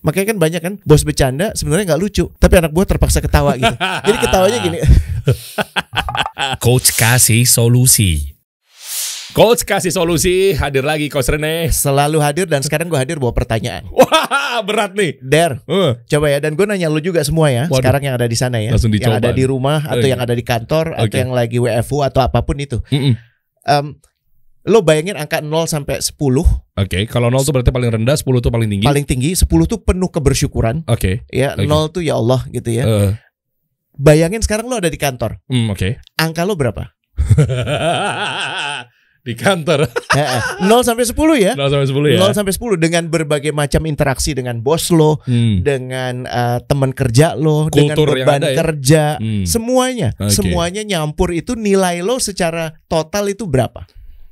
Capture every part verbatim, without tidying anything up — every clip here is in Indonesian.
Makanya kan banyak kan bos bercanda sebenarnya nggak lucu, tapi anak buah terpaksa ketawa gitu. Jadi ketawanya gini. Coach kasih solusi. Coach kasih solusi, hadir lagi Coach Rene. Selalu hadir, dan sekarang gue hadir bawa pertanyaan. Wah, berat nih. Der, uh. coba ya, dan gue nanya lu juga semua ya. Waduh. Sekarang yang ada di sana ya, yang ada di rumah atau okay. yang ada di kantor okay. atau yang lagi W F U atau apapun itu. Um, lo bayangin angka nol sampai sepuluh. Oke, okay. Kalau nol tuh berarti paling rendah, sepuluh tuh paling tinggi. Paling tinggi, sepuluh tuh penuh kebersyukuran. Oke. Okay. Ya, okay. nol tuh ya Allah gitu ya. Uh. Bayangin sekarang lo ada di kantor. Mm, Oke. Okay. Angka lo berapa? Di kantor. nol sampai sepuluh ya. nol sampai sepuluh ya. nol sampai sepuluh dengan berbagai macam interaksi dengan bos lo, hmm. dengan uh, teman kerja lo, kultur dengan beban ya? kerja, hmm. semuanya. Okay. Semuanya nyampur, itu nilai lo secara total itu berapa?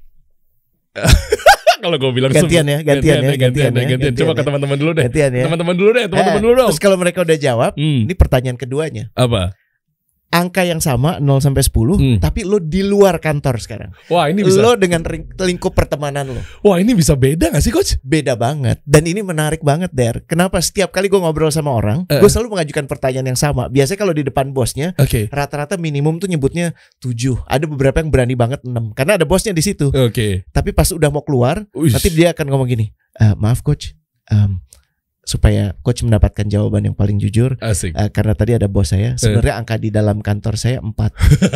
Kalau gue bilang gantian ya, gantian, gantian ya, gantian, gantian, ya, gantian. Coba ke teman-teman dulu deh. Gantian ya. Teman-teman dulu deh, teman-teman eh, dulu dong. Terus kalau mereka udah jawab, hmm. ini pertanyaan keduanya. Apa? Angka yang sama nol sampai sepuluh, hmm. tapi lo di luar kantor sekarang. Wah, ini bisa. Lo dengan lingkup pertemanan lo. Wah, ini bisa beda gak sih Coach? Beda banget. Dan ini menarik banget, Der. Kenapa setiap kali gue ngobrol sama orang, uh. gue selalu mengajukan pertanyaan yang sama. Biasanya kalau di depan bosnya, okay. rata-rata minimum tuh nyebutnya tujuh. Ada beberapa yang berani banget enam, karena ada bosnya di situ. Oke. Okay. Tapi pas udah mau keluar, Uish. nanti dia akan ngomong gini, e, maaf Coach, um, supaya Coach mendapatkan jawaban yang paling jujur. Asik. Uh, karena tadi ada bos saya, sebenarnya angka di dalam kantor saya empat.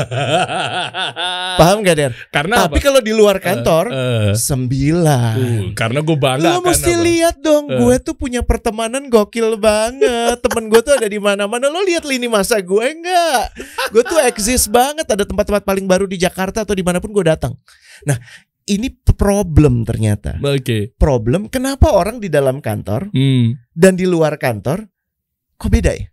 Paham gak, Der? Karena tapi apa? kalau di luar kantor uh, uh, sembilan. Uh, karena gue bangga. Lo mesti lihat dong, uh. gue tuh punya pertemanan gokil banget. Temen gue tuh ada di mana-mana. Lo lihat lini masa gue enggak? Gue tuh eksis banget. Ada tempat-tempat paling baru di Jakarta atau dimanapun gue datang. Nah, ini problem ternyata. Oke. Okay. Problem kenapa orang di dalam kantor hmm. dan di luar kantor kok beda ya?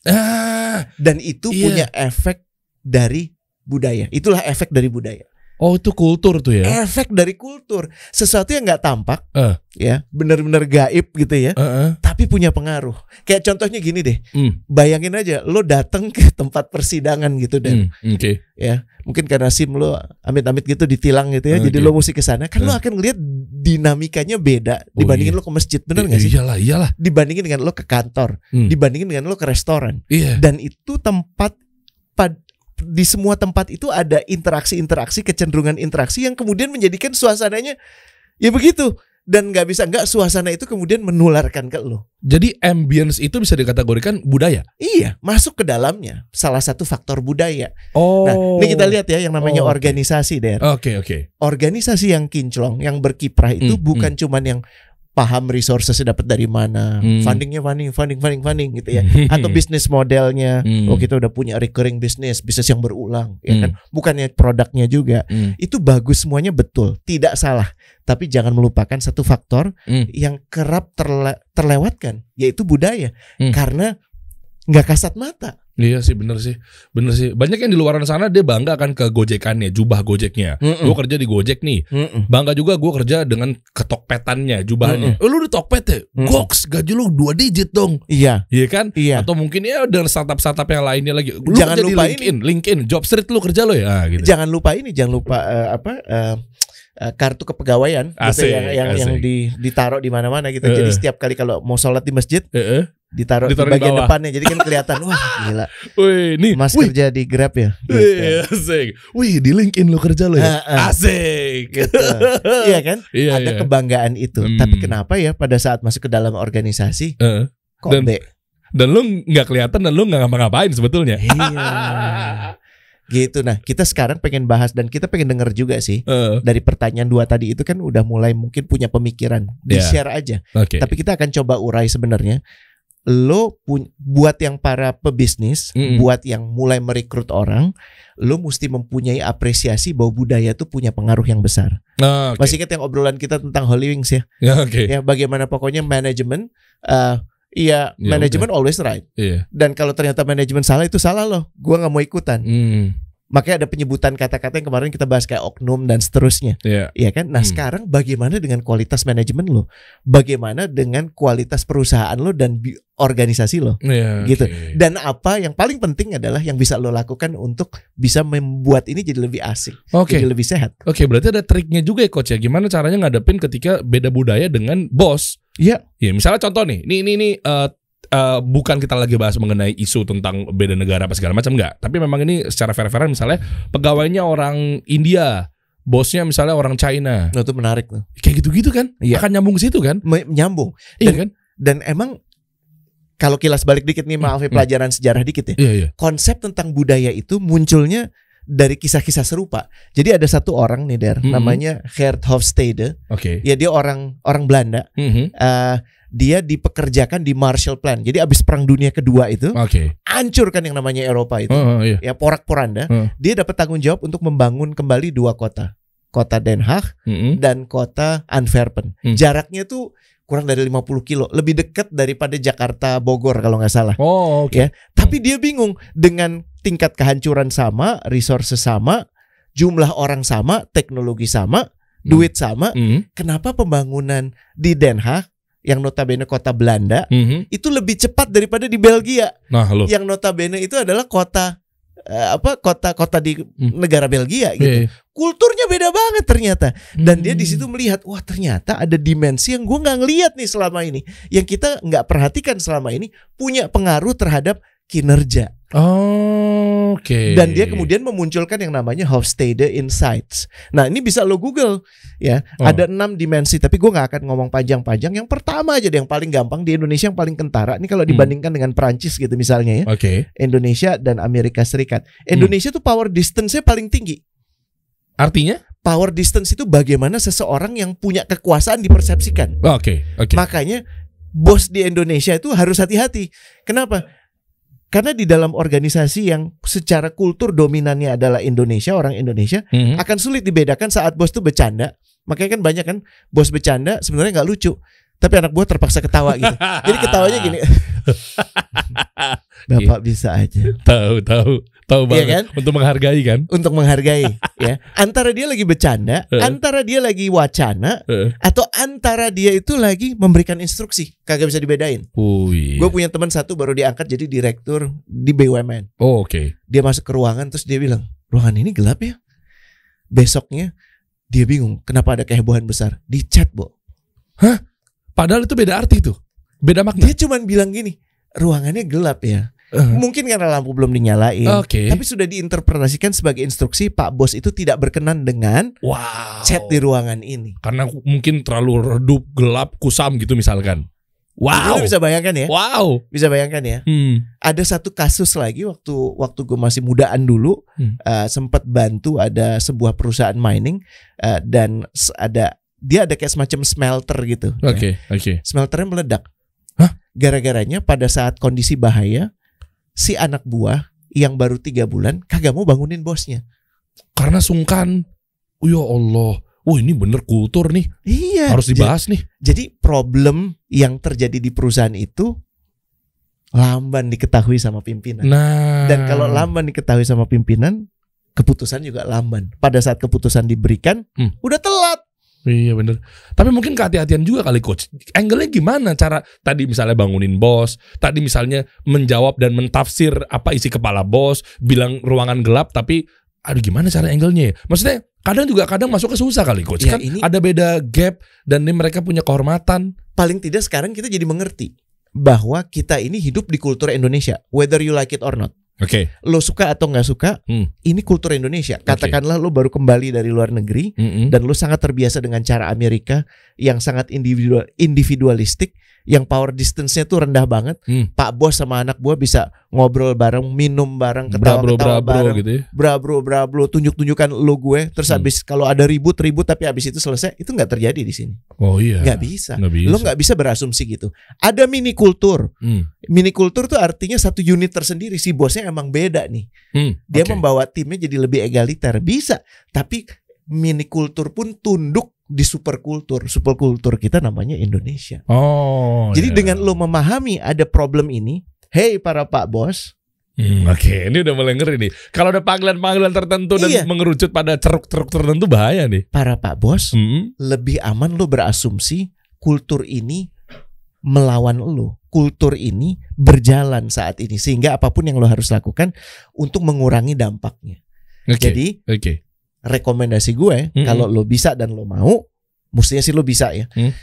Ah, dan itu iya. punya efek dari budaya. Itulah efek dari budaya. Oh, itu kultur tuh ya? Efek dari kultur. Sesuatu yang nggak tampak, uh. ya, benar-benar gaib gitu ya. Uh-uh. Tapi punya pengaruh. Kayak contohnya gini deh. Mm. Bayangin aja, lo datang ke tempat persidangan gitu dan, mm. okay. ya, mungkin karena SIM lo amit-amit gitu ditilang gitu ya. Okay. Jadi lo mesti ke sana. Kan uh. lo akan ngeliat dinamikanya beda dibandingin oh, iya. lo ke masjid, benar nggak eh, sih? Iyalah, iyalah. Dibandingin dengan lo ke kantor, mm. dibandingin dengan lo ke restoran. Yeah. Dan itu tempat pad di semua tempat itu ada interaksi-interaksi, kecenderungan interaksi yang kemudian menjadikan suasananya ya begitu. Dan gak bisa enggak suasana itu kemudian menularkan ke lo. Jadi ambience itu bisa dikategorikan budaya? Iya, masuk ke dalamnya. Salah satu faktor budaya. Oh. Nah, ini kita lihat ya yang namanya oh, organisasi, Der. Oke, okay, oke. Okay. Organisasi yang kinclong, yang berkiprah itu hmm, bukan hmm. cuman yang paham resources dapat dari mana, hmm. fundingnya funding, funding, funding, funding gitu ya, atau bisnis modelnya, hmm. oh kita udah punya recurring business, bisnis yang berulang, ya kan, hmm. bukannya produknya juga, hmm. itu bagus semuanya betul, tidak salah, tapi jangan melupakan satu faktor hmm. yang kerap terle terlewatkan, yaitu budaya, hmm. karena nggak kasat mata. Iya sih, bener sih, bener sih. Banyak yang di luar sana dia bangga kan ke Gojekannya, jubah Gojeknya. Gue kerja di Gojek nih, Mm-mm. bangga juga gue kerja dengan ketokpetannya, jubahnya. Oh, lu di Tokped ya? Mm-mm. Goks, gaji lu dua digit dong. Iya, iya kan? Iya. Atau mungkin ya dengan startup-startup yang lainnya lagi. Lu jangan kerja lupa di LinkedIn, ini. LinkedIn, Jobstreet lu kerja lo ya. Ah, gitu. Jangan lupa ini, jangan lupa uh, apa? Uh, Uh, kartu kepegawaian asik, gitu, yang yang, yang di, ditaruh di mana-mana gitu. Uh, Jadi setiap kali kalau mau sholat di masjid, uh, uh, ditaruh, ditaruh di bagian di depannya. Jadi kan kelihatan, wah gila. Wih, nih, Mas wih. kerja di Grab ya. Gitu. Wih, asik. Wih, di LinkedIn lo kerja lo ya. Uh, uh. Asik. Gitu. Iya kan? Iya, Ada iya. kebanggaan itu. Hmm. Tapi kenapa ya pada saat masuk ke dalam organisasi, uh, kok dan, be? Dan lu nggak kelihatan dan lu nggak ngapa-ngapain sebetulnya. Iya. Gitu. Nah, kita sekarang pengen bahas dan kita pengen denger juga sih uh. dari pertanyaan dua tadi itu kan udah mulai mungkin punya pemikiran, di yeah. share aja. Okay. Tapi kita akan coba urai sebenarnya. Lo pun buat yang para pebisnis, mm-hmm. buat yang mulai merekrut orang, lo mesti mempunyai apresiasi bahwa budaya itu punya pengaruh yang besar. Oh, okay. Masih ingat yang obrolan kita tentang Holy Wings ya? Yeah, okay. Ya, bagaimana pokoknya manajemen. Uh, Iya, ya, manajemen always right. Iya. Dan kalau ternyata manajemen salah, itu salah loh. Gua nggak mau ikutan. Hmm. Makanya ada penyebutan kata-kata yang kemarin kita bahas kayak oknum dan seterusnya. Iya yeah. kan? Nah hmm. sekarang bagaimana dengan kualitas manajemen lo? Bagaimana dengan kualitas perusahaan lo dan bi- organisasi lo? Yeah, gitu. Okay. Dan apa yang paling penting adalah yang bisa lo lakukan untuk bisa membuat ini jadi lebih asik, okay. jadi lebih sehat. Oke, okay, berarti ada triknya juga ya Coach ya. Gimana caranya ngadepin ketika beda budaya dengan bos? Iya. Ya, misalnya contoh nih, ini ini ini uh, uh, bukan kita lagi bahas mengenai isu tentang beda negara apa segala macam enggak, tapi memang ini secara fair-fairan misalnya pegawainya orang India, bosnya misalnya orang China. Nah, itu menarik tuh. Kayak gitu-gitu kan? Iya. Akan nyambung ke situ kan? Nyambung. Iya Dan, kan? Dan emang kalau kilas balik dikit nih, maaf ya, hmm. pelajaran sejarah dikit ya. Iya, iya. Konsep tentang budaya itu munculnya dari kisah-kisah serupa. Jadi ada satu orang nih Der, mm-hmm. namanya Geert Hofstede. Oke. Okay. Ya dia orang orang Belanda. Mm-hmm. Uh, dia dipekerjakan di Marshall Plan. Jadi abis Perang Dunia Kedua itu, okay. hancurkan yang namanya Eropa itu. Oh, oh, iya. Ya porak-poranda. Uh. Dia dapat tanggung jawab untuk membangun kembali dua kota, kota Den Haag mm-hmm. dan kota Antwerpen. Mm. Jaraknya tuh kurang dari lima puluh kilo, lebih dekat daripada Jakarta Bogor kalau nggak salah. Oh, oke. Okay. Ya, tapi dia bingung dengan tingkat kehancuran sama, resources sama, jumlah orang sama, teknologi sama, hmm. duit sama. Hmm. Kenapa pembangunan di Den Haag yang notabene kota Belanda hmm. itu lebih cepat daripada di Belgia? Nah, halo. Yang notabene itu adalah kota uh, apa? Kota-kota di hmm. negara Belgia gitu. Yeah. Kulturnya beda banget ternyata. Dan hmm. dia di situ melihat, wah ternyata ada dimensi yang gue nggak ngelihat nih selama ini, yang kita nggak perhatikan selama ini, punya pengaruh terhadap kinerja. Oh, oke. Okay. Dan dia kemudian memunculkan yang namanya Hofstede Insights. Nah ini bisa lo Google ya. Oh. Ada enam dimensi, tapi gue nggak akan ngomong panjang-panjang. Yang pertama aja deh, yang paling gampang di Indonesia, yang paling kentara. Ini kalau dibandingkan hmm. dengan Perancis gitu misalnya ya. Oke. Okay. Indonesia dan Amerika Serikat. Indonesia hmm. tuh power distance-nya paling tinggi. Artinya? Power distance itu bagaimana seseorang yang punya kekuasaan dipersepsikan. Oke. Oh, okay. Okay. Makanya bos di Indonesia itu harus hati-hati. Kenapa? Karena di dalam organisasi yang secara kultur dominannya adalah Indonesia, orang Indonesia, mm-hmm. akan sulit dibedakan saat bos tuh bercanda. Makanya kan banyak kan bos bercanda sebenarnya nggak lucu, tapi anak buah terpaksa ketawa gitu. Jadi ketawanya gini. Bapak bisa aja. Tahu, tahu, tahu banget. Iya kan? Untuk menghargai kan? Untuk menghargai, ya. Antara dia lagi bercanda, uh. antara dia lagi wacana, uh. atau antara dia itu lagi memberikan instruksi, kagak bisa dibedain. Oh, iya. Gue punya teman satu baru diangkat jadi direktur di B U M N. Oh, oke. Okay. Dia masuk ke ruangan terus dia bilang, ruangan ini gelap ya. Besoknya dia bingung, kenapa ada kehebohan besar di chat, Bo. Hah? Padahal itu beda arti tuh, beda makna. Dia cuma bilang gini, ruangannya gelap ya. Uh-huh. Mungkin karena lampu belum dinyalain, okay. tapi sudah diinterpretasikan sebagai instruksi Pak Bos itu tidak berkenan dengan wow. chat di ruangan ini. Karena mungkin terlalu redup, gelap, kusam gitu misalkan. Wow. Itu bisa bayangkan ya. Wow. Bisa bayangkan ya. Hmm. Ada satu kasus lagi waktu waktu gue masih mudaan dulu, hmm. uh, sempat bantu ada sebuah perusahaan mining uh, dan ada dia ada kayak semacam smelter gitu. Oke, okay, ya. oke. Okay. Smelternya meledak. Hah? Gara-garanya pada saat kondisi bahaya, si anak buah yang baru tiga bulan kagak mau bangunin bosnya. Karena sungkan. Oh ya Allah. Oh ini bener kultur nih. Iya. Harus dibahas jadi, nih. Jadi problem yang terjadi di perusahaan itu lamban diketahui sama pimpinan. Nah. Dan kalau lamban diketahui sama pimpinan, keputusan juga lamban. Pada saat keputusan diberikan, hmm. udah telat. Iya bener. Tapi mungkin kehati-hatian juga kali coach. Angle-nya gimana cara tadi misalnya bangunin bos, tadi misalnya menjawab dan mentafsir apa isi kepala bos, bilang ruangan gelap tapi aduh gimana cara angle-nya ya? Maksudnya kadang juga kadang masuknya susah kali coach. Ya, kan ini ada beda gap dan ini mereka punya kehormatan. Paling tidak sekarang kita jadi mengerti bahwa kita ini hidup di kultur Indonesia, whether you like it or not. Oke. Okay. Lo suka atau nggak suka, hmm. ini kultur Indonesia. Katakanlah okay. lo baru kembali dari luar negeri mm-hmm. dan lo sangat terbiasa dengan cara Amerika yang sangat individual, individualistik, yang power distance-nya tuh rendah banget. Hmm. Pak bos sama anak buah bisa ngobrol bareng, minum bareng, ketawa-ketawa bareng, gitu ya? Bra bro, bra bro, tunjuk-tunjukkan lo gue. Terus hmm. habis kalau ada ribut-ribut tapi habis itu selesai, itu nggak terjadi di sini. Oh iya. Nggak bisa. Nggak bisa. Lo nggak bisa berasumsi gitu. Ada mini kultur. Hmm. Mini kultur tuh artinya satu unit tersendiri. Si bosnya emang beda nih. Hmm. Dia okay. membawa timnya jadi lebih egaliter. Bisa. Tapi mini kultur pun tunduk di superkultur. Superkultur kita namanya Indonesia. Oh. Jadi yeah. dengan lo memahami ada problem ini, hey para Pak Bos. Hmm, Oke, okay. Ini udah mulai ngeri nih. Kalau ada panggilan-panggilan tertentu iya. dan mengerucut pada ceruk-ceruk tertentu bahaya nih. Para Pak Bos, hmm. lebih aman lo berasumsi kultur ini melawan lo. Kultur ini berjalan saat ini sehingga apapun yang lo harus lakukan untuk mengurangi dampaknya. Okay. Jadi, okay. rekomendasi gue mm-hmm. kalau lo bisa dan lo mau, mestinya sih lo bisa ya. Mm.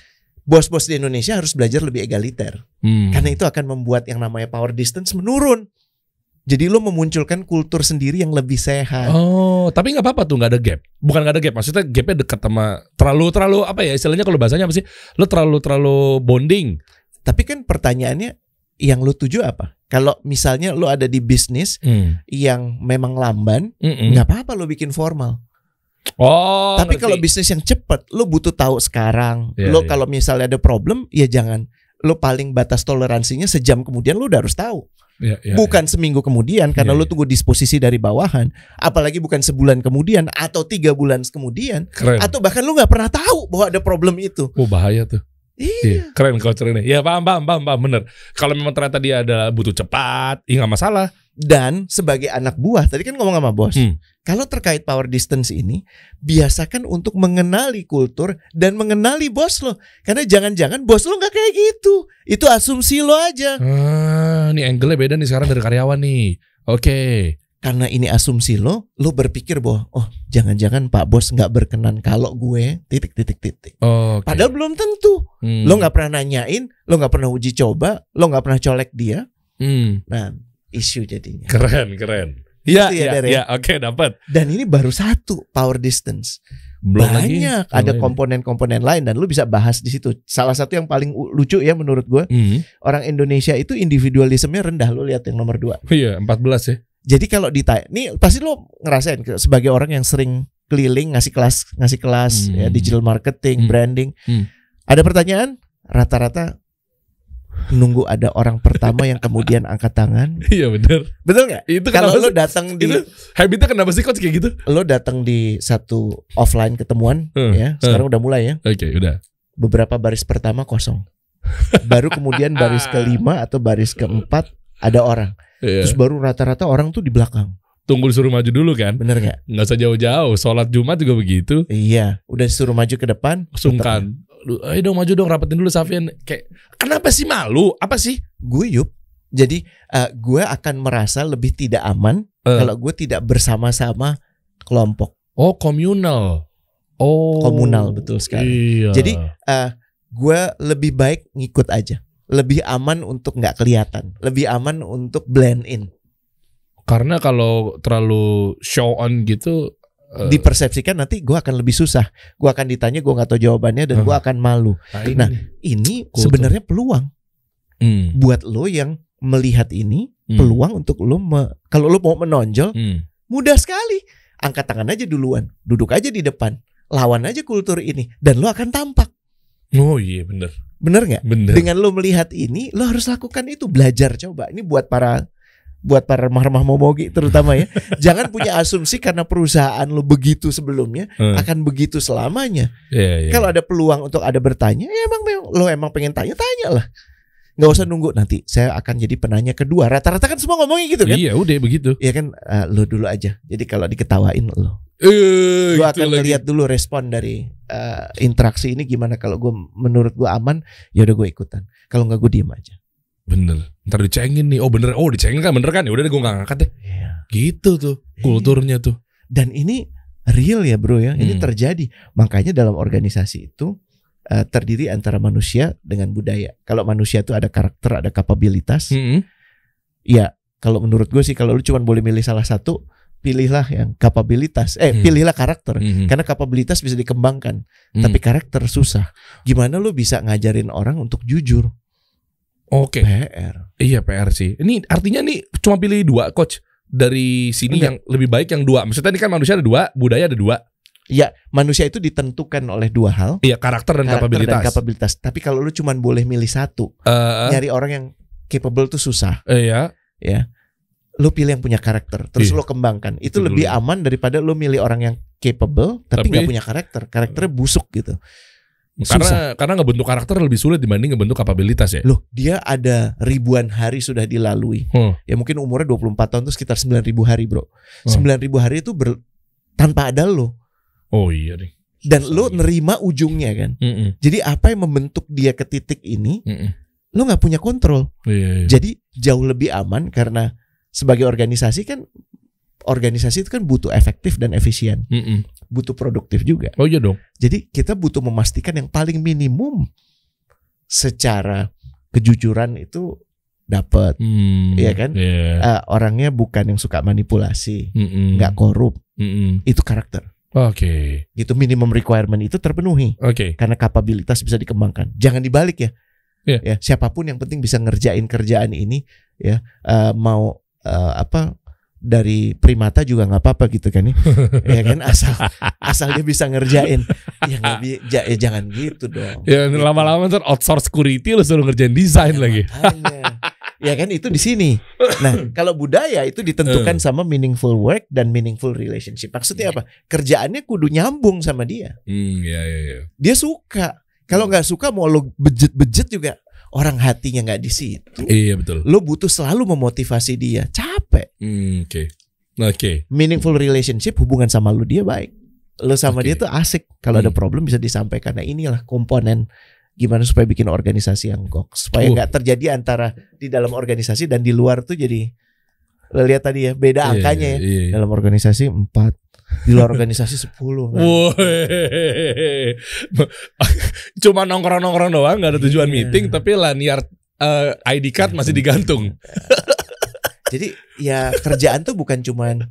bos-bos di Indonesia harus belajar lebih egaliter. Hmm. Karena itu akan membuat yang namanya power distance menurun. Jadi lo memunculkan kultur sendiri yang lebih sehat. Oh, tapi nggak apa-apa tuh, nggak ada gap. Bukan nggak ada gap, maksudnya gapnya dekat sama terlalu terlalu apa ya istilahnya kalau bahasanya apa sih? Lo terlalu terlalu bonding. Tapi kan pertanyaannya yang lo tuju apa? Kalau misalnya lo ada di bisnis hmm. yang memang lamban, nggak apa-apa lo bikin formal. Oh. Tapi ngerti. kalau bisnis yang cepat, lo butuh tahu sekarang. Yeah, lo yeah. kalau misalnya ada problem, ya jangan. Lo paling batas toleransinya sejam kemudian lo udah harus tahu. Ya, ya, bukan ya. seminggu kemudian karena ya, lo ya. tunggu disposisi dari bawahan, apalagi bukan sebulan kemudian atau tiga bulan kemudian. Keren. Atau bahkan lo nggak pernah tahu bahwa ada problem itu. Oh bahaya tuh. Iya. iya. Keren culture ini. Ya paham paham paham paham bener. Kalau memang ternyata dia ada butuh cepat, ya nggak masalah. Dan sebagai anak buah, tadi kan ngomong sama bos, hmm. kalau terkait power distance ini, biasakan untuk mengenali kultur dan mengenali bos lo. Karena jangan-jangan bos lo nggak kayak gitu. Itu asumsi lo aja. Ah, nih angle-nya beda nih sekarang dari karyawan nih. Oke. Okay. Karena ini asumsi lo, lo berpikir bahwa oh jangan-jangan Pak Bos nggak berkenan kalau gue titik titik titik. Oh, okay. Padahal belum tentu. Hmm. Lo nggak pernah nanyain, lo nggak pernah uji coba, lo nggak pernah colek dia. Hmm. Nah, isu jadinya. Keren keren. Iya ya, ya, ya oke okay, dapat. Dan ini baru satu power distance. Belum banyak lagi, ada lain. komponen-komponen lain dan lu bisa bahas di situ. Salah satu yang paling lucu ya menurut gue, hmm. orang Indonesia itu individualismenya rendah. Lu lihat yang nomor dua. Iya empat belas ya. Jadi kalau ditanya, nih pasti lo ngerasain sebagai orang yang sering keliling ngasih kelas, ngasih kelas hmm. ya digital marketing, hmm. branding. Hmm. Ada pertanyaan, rata-rata nunggu ada orang pertama yang kemudian angkat tangan. Iya benar. Betul nggak? Itu kalau lo datang di itu, habitnya kenapa sih coach kayak gitu? Lo datang di satu offline ketemuan hmm. ya, sekarang hmm. udah mulai ya. Oke, okay, udah. Beberapa baris pertama kosong. Baru kemudian baris kelima atau baris keempat ada orang. Yeah. Terus baru rata-rata orang tuh di belakang. Tunggu disuruh maju dulu kan? Bener nggak? Nggak usah jauh-jauh. Sholat Jumat juga begitu. Iya, udah disuruh maju ke depan. Sungkan. Ayo dong maju dong, rapetin dulu Safian. Kayak kenapa sih malu? Apa sih? Guyup. Jadi uh, gue akan merasa lebih tidak aman uh. kalau gue tidak bersama-sama kelompok. Oh, komunal. Oh, komunal betul sekali. Iya. Jadi uh, gue lebih baik ngikut aja. Lebih aman untuk nggak kelihatan. Lebih aman untuk blend in. Karena kalau terlalu show on gitu, uh, dipersepsikan nanti gue akan lebih susah. Gue akan ditanya, gue nggak tahu jawabannya dan uh. gue akan malu. Nah, ini, nah, ini sebenarnya peluang hmm. buat lo yang melihat ini, hmm. peluang untuk lo me, kalau lo mau menonjol, hmm. mudah sekali. Angkat tangan aja duluan, duduk aja di depan, lawan aja kultur ini, dan lo akan tampak. Oh iya bener. Bener nggak? Bener. Dengan lo melihat ini, lo harus lakukan itu, belajar coba. Ini buat para buat para remah-remah momogi terutama ya. Jangan punya asumsi karena perusahaan lo begitu sebelumnya hmm. akan begitu selamanya. Yeah, yeah. Kalau ada peluang untuk ada bertanya, ya emang lo emang pengen tanya, tanya lah. Nggak usah nunggu nanti saya akan jadi penanya kedua. Rata-rata kan semua ngomongnya gitu kan. Iya udah begitu. Iya kan uh, lo dulu aja. Jadi kalau diketawain lo, eh, gue akan lihat dulu respon dari uh, interaksi ini gimana. Kalau gue menurut gue aman, ya udah gue ikutan. Kalau nggak gue diem aja. Bener. Ntar dicengin nih. Oh bener. Oh dicengin kan bener kan. Ya udah gue nggak ngangkat deh. Iya. Gitu tuh kulturnya tuh. Dan ini real ya bro ya. Ini hmm. terjadi. Makanya dalam organisasi itu uh, terdiri antara manusia dengan budaya. Kalau manusia itu ada karakter, ada kapabilitas. Hmm. Ya kalau menurut gue sih kalau lu cuma boleh milih salah satu, pilihlah yang kapabilitas. Eh hmm. pilihlah karakter. Hmm. Karena kapabilitas bisa dikembangkan. Hmm. Tapi karakter susah. Gimana lu bisa ngajarin orang untuk jujur? Oke. P R. Iya P R sih. Ini artinya nih cuma pilih dua coach dari sini. Enggak. Yang lebih baik yang dua. Maksudnya ini kan manusia ada dua, budaya ada dua. Ya manusia itu ditentukan oleh dua hal. Iya karakter dan karakter kapabilitas. Dan kapabilitas. Tapi kalau lu cuma boleh milih satu, uh, nyari orang yang capable tuh susah. Iya. Ya. Lu pilih yang punya karakter, terus iya. lu kembangkan. Itu, itu lebih dulu. Aman daripada lu milih orang yang capable tapi nggak punya karakter. Karakternya busuk gitu. Karena susah. karena ngebentuk karakter lebih sulit dibanding ngebentuk kapabilitas ya. Loh, dia ada ribuan hari sudah dilalui. Hmm. Ya mungkin umurnya dua puluh empat tahun itu sekitar sembilan ribu hari, Bro. Hmm. sembilan ribu hari itu ber, tanpa ada lo. Oh iya nih. Dan lo nerima ujungnya kan. Mm-mm. Jadi apa yang membentuk dia ke titik ini? Mm-mm. Lo nggak punya kontrol. Iya, iya. Jadi jauh lebih aman karena sebagai organisasi kan organisasi itu kan butuh efektif dan efisien. Mm-mm. Butuh produktif juga. Oh iya dong. Jadi kita butuh memastikan yang paling minimum secara kejujuran itu dapat, hmm, ya kan? Yeah. Uh, orangnya bukan yang suka manipulasi, Mm-mm. nggak korup, Mm-mm. itu karakter. Oke. Okay. Gitu minimum requirement itu terpenuhi. Oke. Okay. Karena kapabilitas bisa dikembangkan. Jangan dibalik ya. Yeah. Ya siapapun yang penting bisa ngerjain kerjaan ini, ya uh, mau uh, apa dari primata juga nggak apa-apa gitu kan ya. Ya kan asal asal dia bisa ngerjain. Ya nggak bi- ja, ya jangan gitu dong. Ya gitu. lama-lama ntar outsource security lu suruh ngerjain desain Ya, lagi. makanya. Ya kan itu di sini. Nah, kalau budaya itu ditentukan sama meaningful work dan meaningful relationship. Maksudnya apa? Kerjaannya kudu nyambung sama dia. Hmm, ya ya ya. Dia suka. Kalau nggak suka mau lo bejet-bejet juga orang hatinya nggak di situ. Iya betul. Lo butuh selalu memotivasi dia. Capek. Hmm, oke. Okay. Oke. Okay. Meaningful relationship, hubungan sama lo dia baik. Lo sama Okay. dia tuh asik. Kalau hmm. ada problem bisa disampaikan. Nah inilah komponen gimana supaya bikin organisasi yang goks. Supaya nggak uh. terjadi antara di dalam organisasi dan di luar tuh jadi. Lo lihat tadi ya beda angkanya yeah, ya. Yeah, yeah. Dalam organisasi empat. Di luar organisasi sepuluh kan? Cuma nongkrong-nongkrong doang, gak ada tujuan yeah. meeting, tapi lanyard uh, I D card masih digantung. Jadi ya kerjaan tuh bukan cuman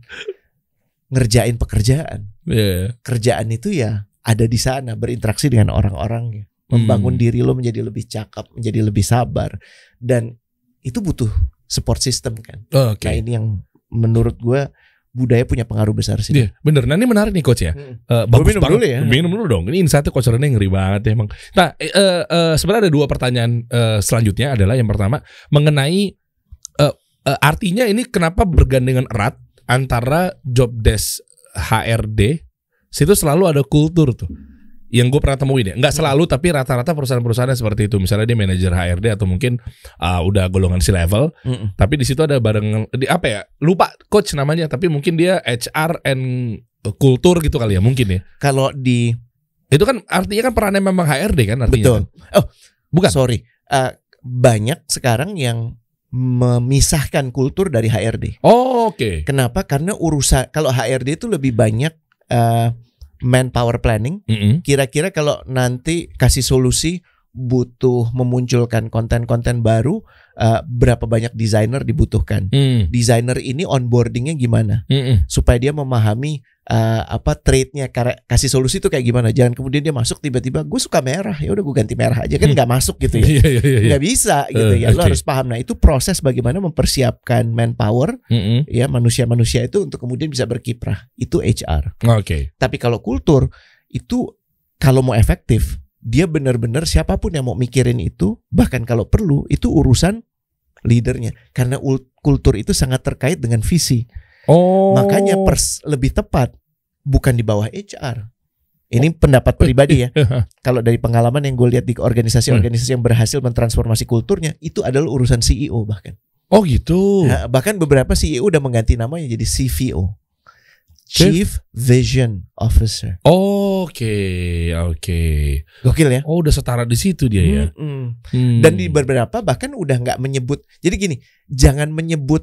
ngerjain pekerjaan. Yeah. Kerjaan itu ya ada di sana, berinteraksi dengan orang-orangnya, membangun hmm. diri lo menjadi lebih cakap, menjadi lebih sabar, dan itu butuh support system kan. Oh, okay. Nah ini yang menurut gue budaya punya pengaruh besar sih. Iya, bener. Nah ini menarik nih coach ya. Hmm. Uh, bagus minum banget. Dulu ya. Minum dulu dong. Ini insight-nya coach Rene ngeri banget ya emang. Nah, uh, uh, sebenarnya ada dua pertanyaan uh, selanjutnya adalah yang pertama mengenai uh, uh, artinya ini kenapa bergandengan erat antara job desk H R D, situ selalu ada kultur tuh. Yang gue pernah temuin ya, nggak selalu tapi rata-rata perusahaan-perusahaan seperti itu. Misalnya dia manajer H R D atau mungkin uh, udah golongan C level, mm-mm. tapi di situ ada bareng di apa ya? Lupa coach namanya, tapi mungkin dia H R and kultur gitu kali ya mungkin ya. Kalau di itu kan artinya kan perannya memang H R D kan artinya. Betul. Kan? Oh, bukan. Sorry. Uh, banyak sekarang yang memisahkan kultur dari H R D. Oh, oke. Okay. Kenapa? Karena urusan kalau H R D itu lebih banyak uh, manpower planning. Mm-hmm. Kira-kira kalau nanti kasih solusi butuh memunculkan konten-konten baru, uh, berapa banyak desainer dibutuhkan? Mm. Desainer ini onboardingnya gimana? Mm-hmm. Supaya dia memahami uh, apa trade-nya, kasih solusi itu kayak gimana? Jangan kemudian dia masuk tiba-tiba gue suka merah, ya udah gue ganti merah aja kan nggak mm. masuk gitu ya? Nggak bisa gitu uh, ya. Lo okay. harus paham. Nah itu proses bagaimana mempersiapkan manpower, mm-hmm. ya manusia-manusia itu untuk kemudian bisa berkiprah. Itu H R. Oke. Okay. Tapi kalau kultur itu kalau mau efektif, dia benar-benar siapapun yang mau mikirin itu, bahkan kalau perlu itu urusan leadernya, karena kultur itu sangat terkait dengan visi. Oh. Makanya pers lebih tepat bukan di bawah H R. Ini oh. pendapat pribadi ya. Kalau dari pengalaman yang gue lihat di organisasi-organisasi yang berhasil mentransformasi kulturnya, itu adalah urusan C E O bahkan. Oh gitu. Nah, bahkan beberapa C E O udah mengganti namanya jadi C V O. Chief Vision Officer. Oh, oke, okay, oke. Okay. Gokil ya. Oh, udah setara di situ dia ya. Hmm, hmm. Dan di beberapa bahkan udah nggak menyebut. Jadi gini, jangan menyebut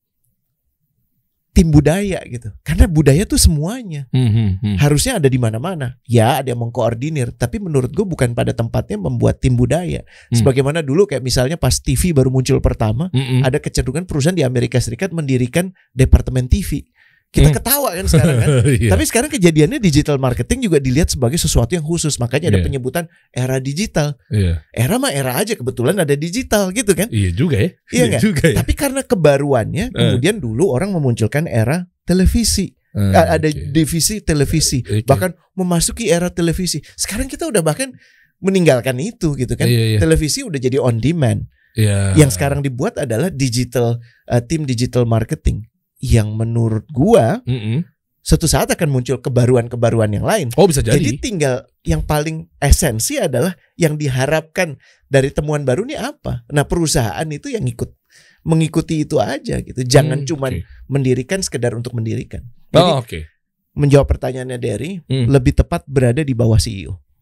tim budaya gitu. Karena budaya tuh semuanya. Hmm, hmm, hmm. Harusnya ada di mana-mana. Ya, ada yang mengkoordinir. Tapi menurut gue bukan pada tempatnya membuat tim budaya. Hmm. Sebagaimana dulu kayak misalnya pas T V baru muncul pertama, hmm. ada kecenderungan perusahaan di Amerika Serikat mendirikan departemen T V. Kita ketawa kan sekarang kan. yeah. Tapi sekarang kejadiannya digital marketing juga dilihat sebagai sesuatu yang khusus. Makanya ada yeah. penyebutan era digital. Yeah. Era mah era aja, kebetulan ada digital gitu kan. Iya juga ya. Iya nggak? Juga ya. Tapi karena kebaruannya, uh. kemudian dulu orang memunculkan era televisi. Uh, ada okay. divisi televisi. Okay. Bahkan memasuki era televisi. Sekarang kita udah bahkan meninggalkan itu gitu kan. Yeah, yeah. Televisi udah jadi on demand. Yeah. Yang sekarang dibuat adalah digital uh, tim digital marketing. Yang menurut gua mm-hmm. suatu saat akan muncul kebaruan-kebaruan yang lain. Oh bisa jadi. Jadi tinggal yang paling esensi adalah yang diharapkan dari temuan baru ini apa. Nah perusahaan itu yang ikut mengikuti itu aja gitu. Jangan hmm, cuman okay. mendirikan sekedar untuk mendirikan. Jadi oh, okay. menjawab pertanyaannya Derry, hmm. lebih tepat berada di bawah C E O.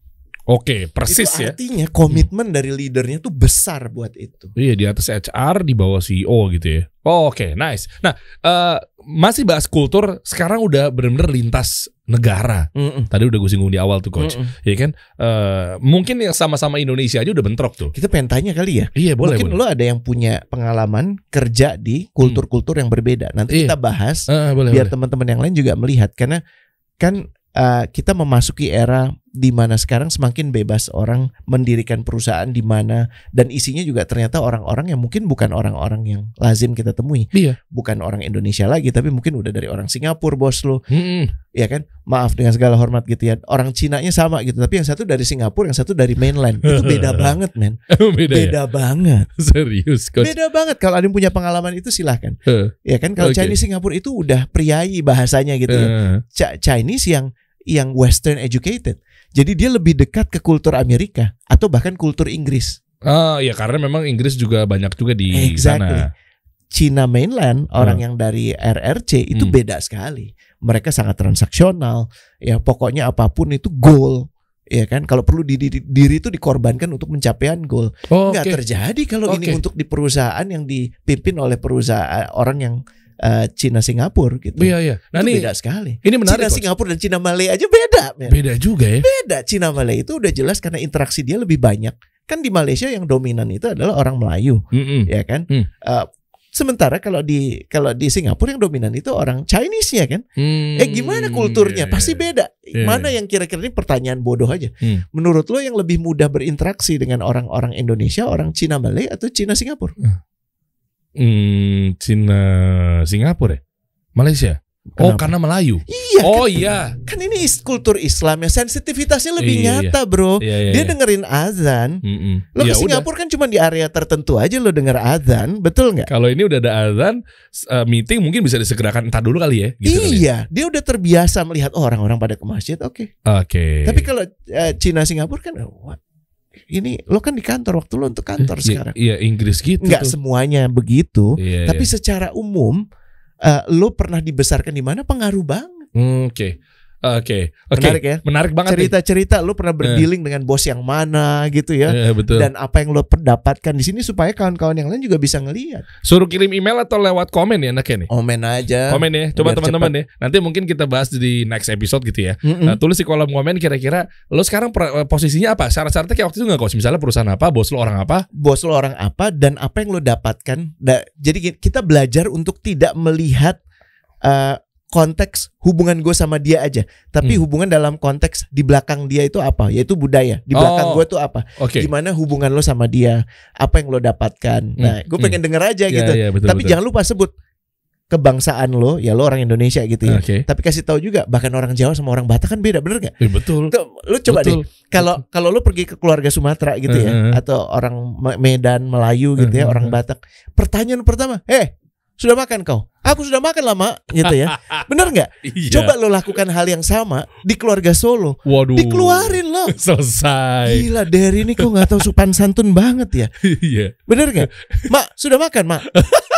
Oke, persis itu ya. Artinya komitmen hmm. dari leadernya tuh besar buat itu. Iya, di atas H R, di bawah C E O gitu ya. Oh, oke, okay, nice. Nah, uh, masih bahas kultur, sekarang udah benar-benar lintas negara. Mm-mm. Tadi udah gue singgung di awal tuh coach. Mm-mm. Ya kan, uh, mungkin yang sama-sama Indonesia aja udah bentrok tuh. Kita pengen tanya kali ya. Iya, boleh. Mungkin boleh. lo ada yang punya pengalaman kerja di kultur-kultur yang berbeda. Nanti iya. kita bahas uh, boleh, biar boleh. teman-teman yang lain juga melihat, karena kan uh, kita memasuki era di mana sekarang semakin bebas orang mendirikan perusahaan di mana, dan isinya juga ternyata orang-orang yang mungkin bukan orang-orang yang lazim kita temui. Iya. Bukan orang Indonesia lagi, tapi mungkin udah dari orang Singapura bos lo. Mm-hmm. Ya kan? Maaf dengan segala hormat gitu ya. Orang Cinanya sama gitu, tapi yang satu dari Singapura, yang satu dari mainland. Itu beda banget, men. Beda, beda ya? banget. Serius, coach. Beda banget. Kalau ada yang punya pengalaman itu silahkan. Uh, ya kan? Kalau okay. Chinese Singapura itu udah priai bahasanya gitu ya. Uh. Chinese yang yang Western educated. Jadi dia lebih dekat ke kultur Amerika atau bahkan kultur Inggris. Oh ya, karena memang Inggris juga banyak juga di exactly. sana. China mainland, orang hmm. yang dari R R C itu hmm. beda sekali. Mereka sangat transaksional. Ya pokoknya apapun itu goal. Ya kan, kalau perlu diri, diri itu dikorbankan untuk pencapaian goal. Oh, nggak okay. terjadi kalau okay. ini untuk di perusahaan yang dipimpin oleh perusahaan orang yang Uh, Cina Singapura gitu. Iya iya. Nah, itu ini beda sekali. Ini menarik. Cina Singapura dan Cina Malay aja beda. Man. Beda juga ya. Beda. Cina Malay itu udah jelas karena interaksi dia lebih banyak. Kan di Malaysia yang dominan itu adalah orang Melayu, mm-hmm. ya kan. Mm. Uh, sementara kalau di kalau di Singapura yang dominan itu orang Chinese-nya kan. Mm. Eh gimana kulturnya? Yeah, Pasti beda. Yeah, Mana yang kira-kira ini pertanyaan bodoh aja. Mm. Menurut lo yang lebih mudah berinteraksi dengan orang-orang Indonesia, orang Cina Malay atau Cina Singapura? Mm. Hmm, Cina Singapura ya? Malaysia? Kenapa? Oh karena Melayu. Iya. Oh kan, iya. Kan ini kultur Islam ya, sensitivitasnya lebih iya, nyata bro. Iya, iya, Dia iya. dengerin azan. Mm-mm. Lo ya, ke Singapura udah. Kan cuma di area tertentu aja lo denger azan, betul nggak? Kalau ini udah ada azan, uh, meeting mungkin bisa disegerakan entar dulu kali ya. Gitu iya, kali. Dia udah terbiasa melihat oh, orang-orang pada ke masjid, oke. Okay. Oke. Okay. Tapi kalau uh, Cina Singapura kan, oh, ini lo kan di kantor, waktu lo untuk kantor eh, sekarang. Iya, Inggris gitu. Nggak tuh. Semuanya begitu. Iya, tapi iya. secara umum uh, lo pernah dibesarkan di mana, pengaruh banget. Hmm, Oke. Okay. Oke, okay. okay. Menarik ya. Menarik banget. Cerita-cerita lu pernah berdealing eh. dengan bos yang mana gitu ya. Eh, betul. Dan apa yang lu dapatkan di sini supaya kawan-kawan yang lain juga bisa ngelihat. Suruh kirim email atau lewat komen ya enaknya nih. Komen aja. Komen ya. Coba teman-teman ya. Nanti mungkin kita bahas di next episode gitu ya. Mm-hmm. Nah, tulis di kolom komen kira-kira lu sekarang posisinya apa? Syarat-syaratnya kayak waktu itu enggak kok? Misalnya perusahaan apa, bos lu orang apa? Bos lu orang apa dan apa yang lu dapatkan. Da- jadi kita belajar untuk tidak melihat uh, konteks hubungan gue sama dia aja, tapi hmm. hubungan dalam konteks di belakang dia itu apa, yaitu budaya di belakang oh, gue tuh apa, okay. Gimana hubungan lo sama dia, apa yang lo dapatkan. Hmm. Nah, gue pengen hmm. denger aja gitu, ya, ya, betul, tapi betul. Jangan lupa sebut kebangsaan lo, ya lo orang Indonesia gitu ya. Okay. Tapi kasih tahu juga, bahkan orang Jawa sama orang Batak kan beda, bener nggak? Eh, betul. Tuh, lo coba betul. deh, kalau kalau lo pergi ke keluarga Sumatera gitu ya, uh-huh. atau orang Medan, Melayu gitu uh-huh. ya, orang Batak, pertanyaan pertama, eh sudah makan kau? Aku sudah makan lama gitu ya. Bener gak? Iya. Coba lo lakukan hal yang sama di keluarga Solo. Waduh. Dikeluarin lo. Selesai. Gila, Derry ini kok gak tahu sopan santun banget ya. Iya. Bener gak? Mak, sudah makan mak?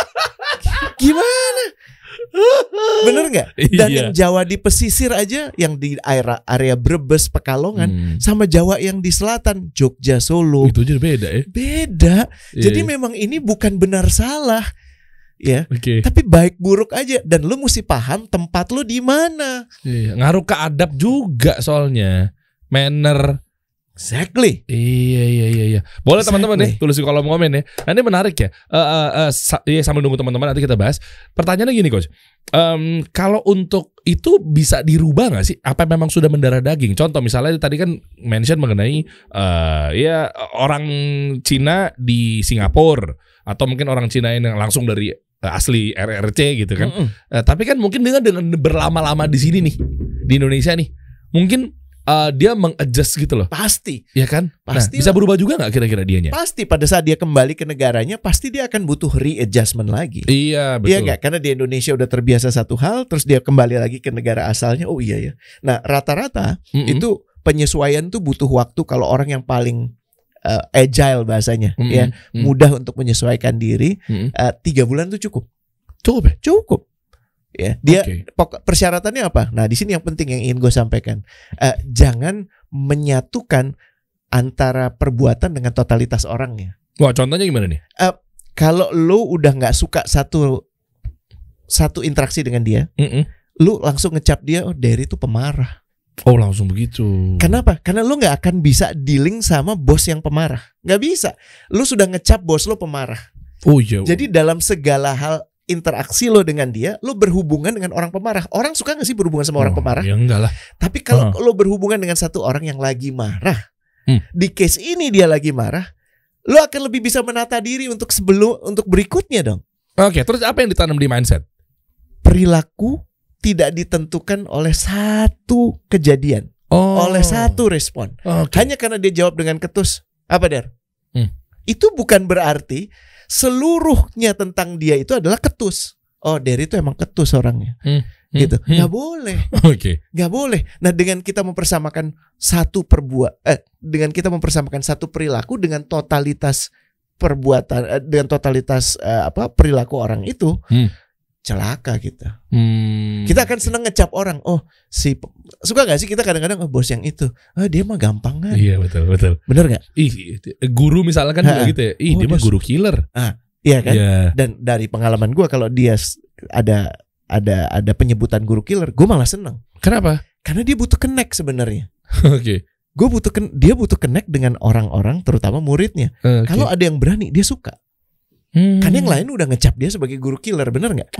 Gimana? Bener gak? Dan iya. yang Jawa di pesisir aja, yang di area, area Brebes, Pekalongan, hmm. sama Jawa yang di selatan, Jogja, Solo, itu aja beda ya. Beda. Iya, Jadi iya. memang ini bukan benar salah. Ya, okay. Tapi baik buruk aja, dan lu mesti paham tempat lu di mana. Iya, ngaruh ke adab juga soalnya, manner. Exactly. Iya iya iya iya. Boleh exactly. Teman-teman nih tulis di kolom komen ya. Nah, ini menarik ya. Uh, uh, uh, sa- ya sambil nunggu teman-teman nanti kita bahas. Pertanyaannya gini coach, um, kalau untuk itu bisa dirubah nggak sih? Apa memang sudah mendarah daging? Contoh misalnya tadi kan mention mengenai uh, ya orang Cina di Singapura atau mungkin orang Cina yang langsung dari asli R R C gitu kan. Uh, tapi kan mungkin dengan dengan berlama-lama di sini nih di Indonesia nih, mungkin uh, dia mengadjust gitu loh. Pasti. Ya kan? Pasti. Nah, bisa berubah juga nggak kira-kira dianya? Pasti. Pada saat dia kembali ke negaranya, pasti dia akan butuh readjustment lagi. Iya betul. Iya nggak? Karena di Indonesia udah terbiasa satu hal, terus dia kembali lagi ke negara asalnya. Oh iya ya. Nah rata-rata mm-hmm. itu penyesuaian tuh butuh waktu kalau orang yang paling Uh, agile bahasanya, mm-hmm. ya mm-hmm. mudah untuk menyesuaikan diri. Mm-hmm. uh, tiga bulan tuh cukup, cukup ya, cukup. Ya, dia okay. pokok persyaratannya apa? Nah, di sini yang penting yang ingin gue sampaikan, uh, jangan menyatukan antara perbuatan dengan totalitas orangnya. Wah, contohnya gimana nih? Uh, kalau lu udah nggak suka satu satu interaksi dengan dia, Mm-mm. lu langsung ngecap dia, oh Derry itu pemarah. Oh, langsung begitu. Kenapa? Karena lu nggak akan bisa dealing sama bos yang pemarah. Nggak bisa. Lu sudah ngecap bos lu pemarah. Oh iya. Jadi dalam segala hal interaksi lo dengan dia, lo berhubungan dengan orang pemarah. Orang suka gak sih berhubungan sama orang oh, pemarah? Ya enggak lah. Tapi kalau uh. lo berhubungan dengan satu orang yang lagi marah, hmm. di case ini dia lagi marah, lo akan lebih bisa menata diri untuk sebelum untuk berikutnya dong. Oke, terus apa yang ditanam di mindset? Perilaku tidak ditentukan oleh satu kejadian, oh. oleh satu respon. Okay. Hanya karena dia jawab dengan ketus. Apa Der? Hmm. Itu bukan berarti seluruhnya tentang dia itu adalah ketus. Oh, Derry itu emang ketus orangnya. Hmm. Hmm. Gitu. Hmm. Gak boleh. Oke. Okay. Gak boleh. Nah, dengan kita mempersamakan satu perbuat eh dengan kita mempersamakan satu perilaku dengan totalitas perbuatan eh, dengan totalitas eh, apa perilaku orang itu, hmm. celaka kita. Hmm. Kita akan senang ngecap orang. Oh, si suka gak sih kita kadang-kadang oh, bos yang itu. Ah, dia mah gampang kan. Iya, betul, betul. Bener gak? Ih, guru misalnya kan juga gitu ya. Ih, oh, dia mah guru killer. Ah, iya kan? Yeah. Dan dari pengalaman gue kalau dia ada ada ada penyebutan guru killer, gue malah seneng. Kenapa? Karena dia butuh connect sebenarnya. Oke. Okay. Gue butuh ken- dia butuh connect dengan orang-orang, terutama muridnya. Okay. Kalau ada yang berani, dia suka. Hmm. Kan yang lain udah ngecap dia sebagai guru killer, bener nggak?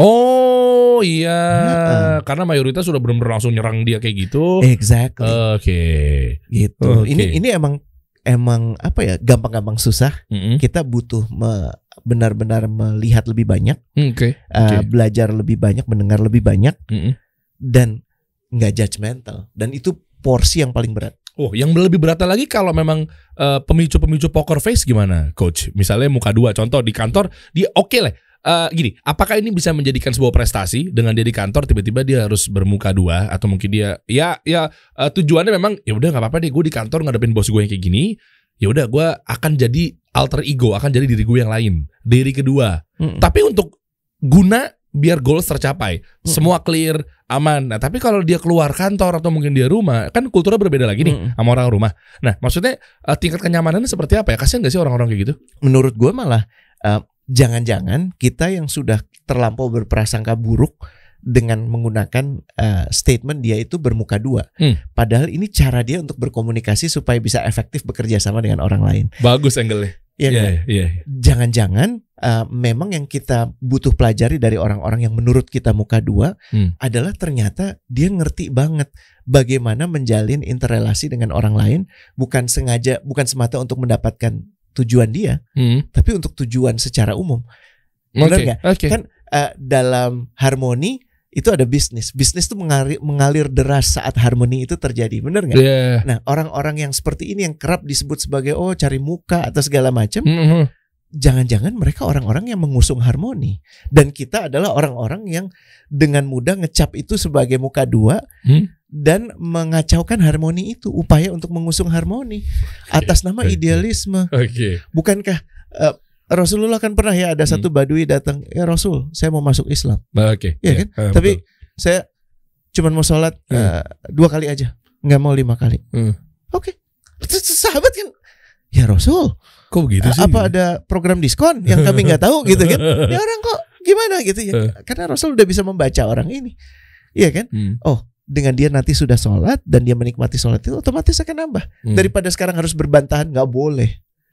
Oh iya, nah, karena mayoritas sudah benar-benar langsung nyerang dia kayak gitu. Exactly. Oke. Okay. Gitu. Okay. Ini ini emang emang apa ya? Gampang-gampang susah. Mm-hmm. Kita butuh me, benar-benar melihat lebih banyak, okay. uh, okay. belajar lebih banyak, mendengar lebih banyak, mm-hmm. dan nggak judgmental. Dan itu porsi yang paling berat. Oh, yang lebih berat lagi kalau memang uh, pemicu-pemicu poker face gimana, Coach? Misalnya muka dua, contoh di kantor, dia oke okay lah. Uh, gini, apakah ini bisa menjadikan sebuah prestasi dengan dia di kantor tiba-tiba dia harus bermuka dua atau mungkin dia ya ya uh, tujuannya memang ya udah nggak apa-apa deh, gue di kantor ngadepin bos gue yang kayak gini, ya udah gue akan jadi alter ego, akan jadi diri gue yang lain, diri kedua. Hmm. Tapi untuk guna biar goals tercapai, hmm. semua clear, aman. Nah, tapi kalau dia keluar kantor atau mungkin dia rumah, kan kulturnya berbeda lagi nih hmm. sama orang rumah. Nah, maksudnya uh, tingkat kenyamanannya seperti apa ya? Kasian gak sih orang-orang kayak gitu? Menurut gue malah uh, jangan-jangan kita yang sudah terlampau berprasangka buruk dengan menggunakan uh, statement dia itu bermuka dua. Hmm. Padahal ini cara dia untuk berkomunikasi supaya bisa efektif bekerja sama dengan orang lain. Bagus angle-nya. Ya, yeah, yeah, yeah. Jangan-jangan uh, memang yang kita butuh pelajari dari orang-orang yang menurut kita muka dua hmm. adalah ternyata dia ngerti banget bagaimana menjalin interrelasi dengan orang lain, bukan sengaja, bukan semata untuk mendapatkan tujuan dia, hmm. tapi untuk tujuan secara umum. Benar nggak? Okay, okay. Kan uh, dalam harmoni itu ada bisnis. Bisnis itu mengalir, mengalir deras saat harmoni itu terjadi, benar nggak? Yeah. Nah, orang-orang yang seperti ini yang kerap disebut sebagai oh cari muka atau segala macam, mm-hmm. jangan-jangan mereka orang-orang yang mengusung harmoni. Dan kita adalah orang-orang yang dengan mudah ngecap itu sebagai muka dua hmm? dan mengacaukan harmoni itu, upaya untuk mengusung harmoni atas nama okay. idealisme. Okay. Bukankah uh, Rasulullah kan pernah ya ada hmm. satu badui datang, ya Rasul, saya mau masuk Islam. Oke. Okay. Ya kan? Uh, Tapi betul. saya cuma mau sholat hmm. uh, dua kali aja, nggak mau lima kali. Hmm. Oke. Okay. Sahabat kan, ya Rasul. Kok begitu sih? Apa ada program diskon yang kami nggak tahu gitu kan? Ya orang kok gimana gitu ya? Uh. Karena Rasul udah bisa membaca orang ini, iya kan? Hmm. Oh. Dengan dia nanti sudah sholat dan dia menikmati sholat itu otomatis akan nambah. Hmm. Daripada sekarang harus berbantahan, nggak boleh.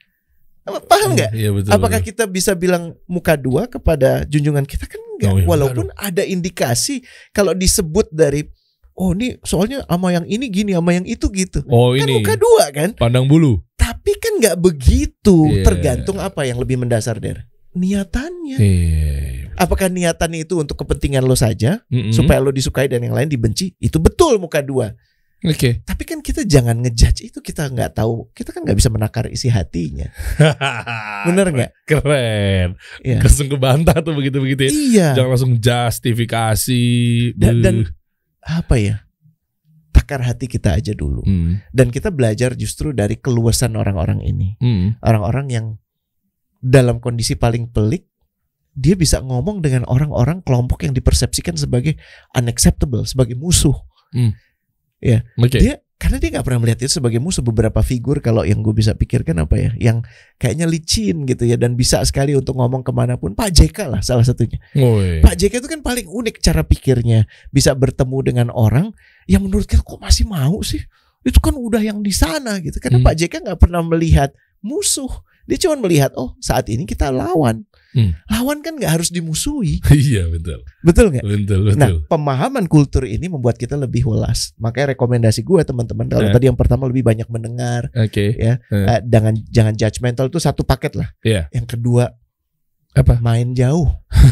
Paham nggak? Ya, betul, apakah betul. Kita bisa bilang muka dua kepada junjungan kita? Kan enggak. Oh, ya, walaupun aduh. Ada indikasi kalau disebut dari oh ini soalnya sama yang ini gini, sama yang itu gitu. Oh, kan ini muka dua kan? Pandang bulu. Tapi kan nggak begitu. Yeah. Tergantung apa yang lebih mendasar Der. Niatannya. Yeah. Apakah niatannya itu untuk kepentingan lo saja, mm-hmm. supaya lo disukai dan yang lain dibenci? Itu betul muka dua. Oke. Okay. Tapi kan kita jangan ngejudge itu, kita nggak tahu, kita kan nggak bisa menakar isi hatinya. Bener nggak? Keren. Ya. Langsung kebantah tuh begitu-begitu. Ya. Iya. Jangan langsung justifikasi. Dan, dan apa ya? Takar hati kita aja dulu. Hmm. Dan kita belajar justru dari keluasan orang-orang ini. Hmm. Orang-orang yang dalam kondisi paling pelik, dia bisa ngomong dengan orang-orang kelompok yang dipersepsikan sebagai unacceptable, sebagai musuh. Hmm. Ya, okay. Dia Karena dia nggak pernah melihat itu sebagai musuh. Beberapa figur kalau yang gue bisa pikirkan apa ya, yang kayaknya licin gitu ya dan bisa sekali untuk ngomong kemanapun. Pak J K lah salah satunya. Woy. Pak J K itu kan paling unik cara pikirnya, bisa bertemu dengan orang yang menurut kita kok masih mau sih. Itu kan udah yang di sana gitu. Karena hmm. Pak J K nggak pernah melihat musuh. Dia cuma melihat, oh saat ini kita lawan. Hmm. Lawan kan nggak harus dimusuhi. Iya betul. Betul nggak? Betul betul. Nah pemahaman kultur ini membuat kita lebih welas. Makanya rekomendasi gue teman-teman kalau uh. tadi yang pertama lebih banyak mendengar. Oke. Okay. Ya. Uh. Uh, jangan jangan judgmental itu satu paket lah. Yeah. Yang kedua apa? Main jauh.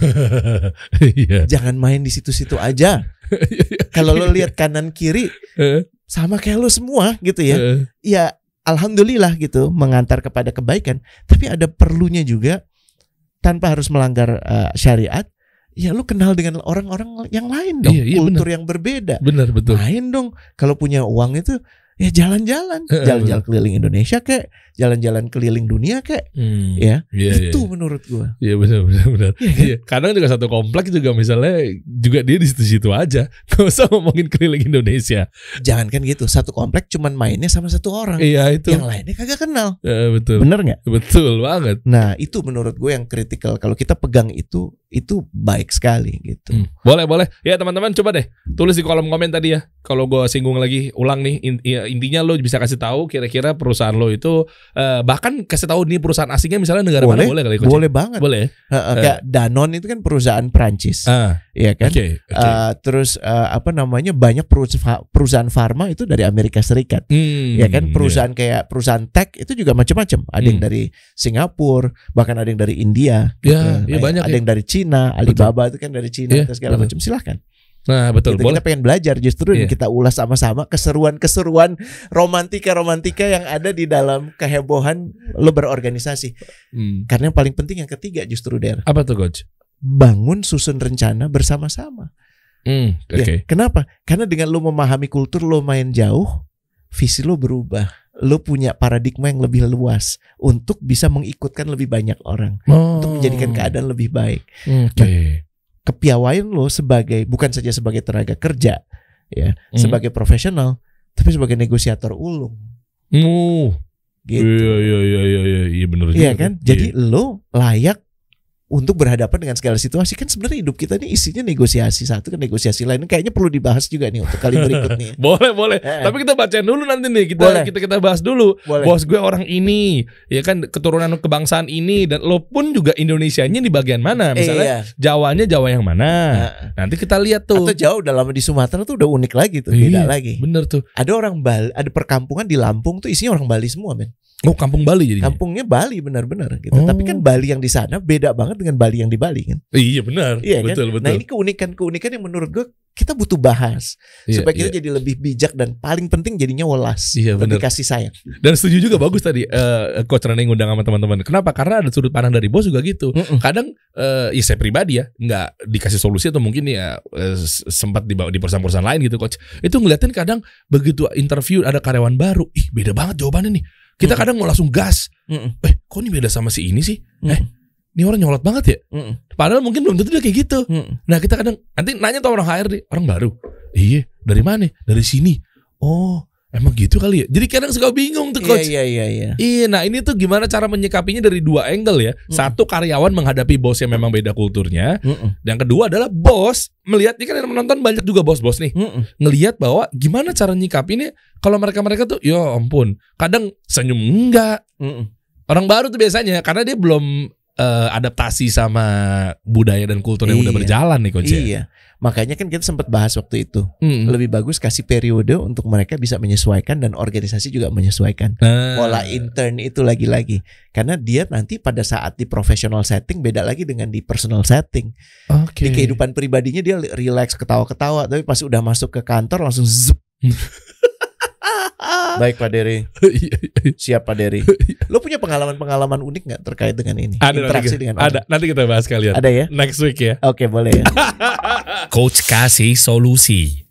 yeah. Jangan main di situ-situ aja. Kalau lo lihat kanan kiri uh. sama kayak lo semua gitu ya. Uh. Ya. Alhamdulillah gitu mengantar kepada kebaikan, tapi ada perlunya juga tanpa harus melanggar uh, syariat. Ya lu kenal dengan orang-orang yang lain dong, iya, iya, kultur bener. Yang berbeda. Benar betul. Main dong, kalau punya uang itu ya jalan-jalan, jalan-jalan keliling Indonesia kayak, jalan-jalan keliling dunia kayak, hmm, ya iya, itu iya. Menurut gua. Iya benar benar benar. Iya, kan? Iya. Kadang juga satu kompleks juga misalnya juga dia di situ-situ aja, nggak usah ngomongin keliling Indonesia. Jangan kan gitu, satu kompleks cuman mainnya sama satu orang. Iya itu. Yang lainnya kagak kenal. Ya, betul. Bener nggak? Betul banget. Nah itu menurut gue yang kritikal. Kalau kita pegang itu, itu baik sekali gitu. Hmm. Boleh boleh. Ya teman-teman coba deh tulis di kolom komen tadi ya. Kalau gue singgung lagi, ulang nih. Intinya lo bisa kasih tahu kira-kira perusahaan lo itu uh, bahkan kasih tahu nih perusahaan asingnya misalnya negara boleh, mana boleh kali. Boleh banget. Boleh. Uh, uh, kayak uh. Danone itu kan perusahaan Prancis, uh. ya kan. Okay, okay. Uh, terus uh, apa namanya banyak perusahaan perusahaan farma itu dari Amerika Serikat, hmm, ya kan. Perusahaan yeah. kayak perusahaan tech itu juga macam-macam. Ada hmm. yang dari Singapura, bahkan ada yang dari India. Ya, gitu. Ya, banyak. Ada ya. yang dari Cina, Alibaba betul. Itu kan dari Cina, yeah, segala macam. Silahkan. Nah betul, gitu, kita pengen belajar justru yeah. kita ulas sama-sama keseruan-keseruan romantika-romantika yang ada di dalam kehebohan lo berorganisasi. Hmm. Karena yang paling penting yang ketiga justru Der. Apa tuh coach? Bangun susun rencana bersama-sama. Hmm, Oke. Okay. Ya, kenapa? Karena dengan lo memahami kultur lo main jauh, visi lo berubah. Lo punya paradigma yang lebih luas untuk bisa mengikutkan lebih banyak orang, oh. untuk menjadikan keadaan lebih baik. Oke. Okay. Nah, kepiawaian lo sebagai bukan saja sebagai tenaga kerja ya, hmm. sebagai profesional, tapi sebagai negosiator ulung. Oh. Gitu. Iya iya iya iya iya benar juga. Iya kan? Jadi iya. Lo layak untuk berhadapan dengan segala situasi. Kan sebenarnya hidup kita ini isinya negosiasi satu kan negosiasi lain. Kayaknya perlu dibahas juga nih untuk kali berikutnya. Boleh boleh. Eh. Tapi kita bacain dulu nanti nih. Kita boleh. kita kita bahas dulu. Boleh. Bos gue orang ini, ya kan keturunan kebangsaan ini dan lo pun juga Indonesianya di bagian mana? Misalnya eh, iya. Jawanya Jawa yang mana? Nah. Nanti kita lihat tuh. Atau jauh udah lama di Sumatera tuh udah unik lagi tuh, beda iya, lagi. Bener tuh. Ada orang Bali, ada perkampungan di Lampung tuh isinya orang Bali semua, men. Oh, kampung Bali jadinya. Kampungnya Bali benar-benar gitu. Oh. Tapi kan Bali yang di sana beda banget dengan Bali yang di Bali kan. Iya benar. Iya betul kan? betul. Nah ini keunikan-keunikan yang menurut gue kita butuh bahas iya, supaya kita iya. jadi lebih bijak dan paling penting jadinya welas. Iya, lebih kasih sayang. Dan setuju juga bagus tadi uh, Coach Rene ngundang sama teman-teman. Kenapa? Karena ada sudut pandang dari bos juga gitu. Mm-mm. Kadang uh, ya saya pribadi ya nggak dikasih solusi atau mungkin ya uh, sempat dibawa di perusahaan-perusahaan lain gitu Coach. Itu ngeliatin kadang begitu interview ada karyawan baru, ih beda banget jawabannya nih. Kita mm-mm. kadang mau langsung gas. Mm-mm. Eh kok ini beda sama si ini sih? Mm-mm. Eh ini orang nyolot banget ya. Mm-mm. Padahal mungkin belum tentu dia kayak gitu. Mm-mm. Nah kita kadang nanti nanya tuh orang H R nih, orang baru. Iya dari mana? Dari sini. Oh emang gitu kali ya. Jadi kadang suka bingung tuh Coach. Iya iya iya. Iya nah ini tuh gimana cara menyikapinya dari dua angle ya. Mm-mm. Satu karyawan menghadapi bos yang memang beda kulturnya. Mm-mm. Dan kedua adalah bos melihat ini kan yang menonton banyak juga bos-bos nih. Mm-mm. Ngelihat bahwa gimana cara nyikapinnya kalau mereka-mereka tuh ya ampun kadang senyum enggak. Mm-mm. Orang baru tuh biasanya karena dia belum uh, adaptasi sama budaya dan kultur yang iya. udah berjalan nih Coach. Iya. Makanya kan kita sempat bahas waktu itu. Hmm. Lebih bagus kasih periode untuk mereka bisa menyesuaikan dan organisasi juga menyesuaikan. Nah. Pola intern itu lagi-lagi. Karena dia nanti pada saat di professional setting beda lagi dengan di personal setting. Okay. Di kehidupan pribadinya dia relax ketawa-ketawa, tapi pas udah masuk ke kantor langsung zup. Baik Pak Dery. Siap Pak Dery. Lo punya pengalaman-pengalaman unik gak terkait dengan ini? Ada, interaksi nanti, dengan ada. orang? Nanti kita bahas kalian. Ada ya? Next week ya. Oke boleh ya. Coach kasih solusi.